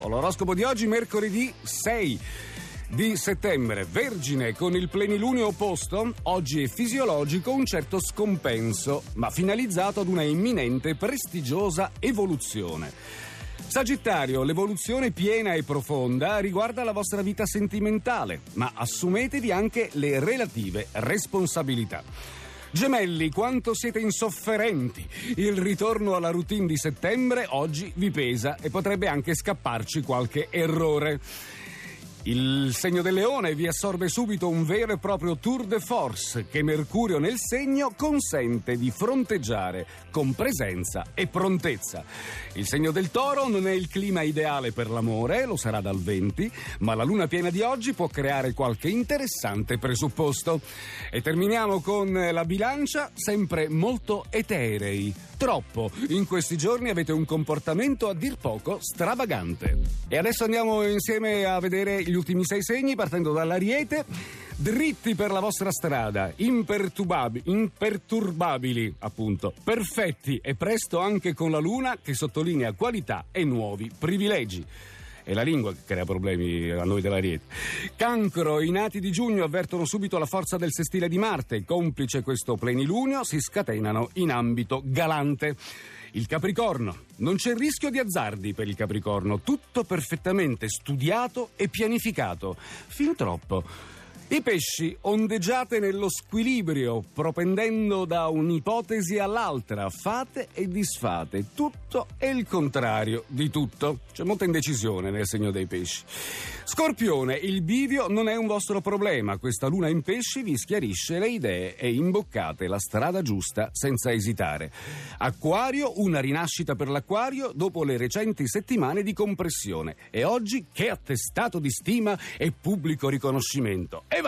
L'oroscopo di oggi, mercoledì 6 di settembre. Vergine, con il plenilunio opposto, oggi è fisiologico un certo scompenso, ma finalizzato ad una imminente prestigiosa evoluzione. Sagittario, l'evoluzione piena e profonda riguarda la vostra vita sentimentale, ma assumetevi anche le relative responsabilità. Gemelli, quanto siete insofferenti! Il ritorno alla routine di settembre oggi vi pesa e potrebbe anche scapparci qualche errore. Il segno del Leone vi assorbe subito un vero e proprio tour de force che Mercurio nel segno consente di fronteggiare con presenza e prontezza. Il segno del Toro non è il clima ideale per l'amore, lo sarà dal 20, ma la luna piena di oggi può creare qualche interessante presupposto. E terminiamo con la Bilancia, sempre molto eterei. Troppo. In questi giorni avete un comportamento a dir poco stravagante. E adesso andiamo insieme a vedere gli ultimi 6 segni, partendo dall'Ariete. Dritti per la vostra strada, imperturbabili, appunto, perfetti e presto anche con la luna che sottolinea qualità e nuovi privilegi. È la lingua che crea problemi a noi dell'Ariete. Cancro, i nati di giugno avvertono subito la forza del sestile di Marte. Complice questo plenilunio, si scatenano in ambito galante. Il Capricorno, non c'è rischio di azzardi per il Capricorno, tutto perfettamente studiato e pianificato, fin troppo. I Pesci, ondeggiate nello squilibrio, propendendo da un'ipotesi all'altra, fate e disfate, tutto è il contrario di tutto. C'è molta indecisione nel segno dei Pesci. Scorpione, il bivio non è un vostro problema, questa luna in Pesci vi schiarisce le idee e imboccate la strada giusta senza esitare. Acquario, una rinascita per l'Acquario dopo le recenti settimane di compressione e oggi che attestato di stima e pubblico riconoscimento.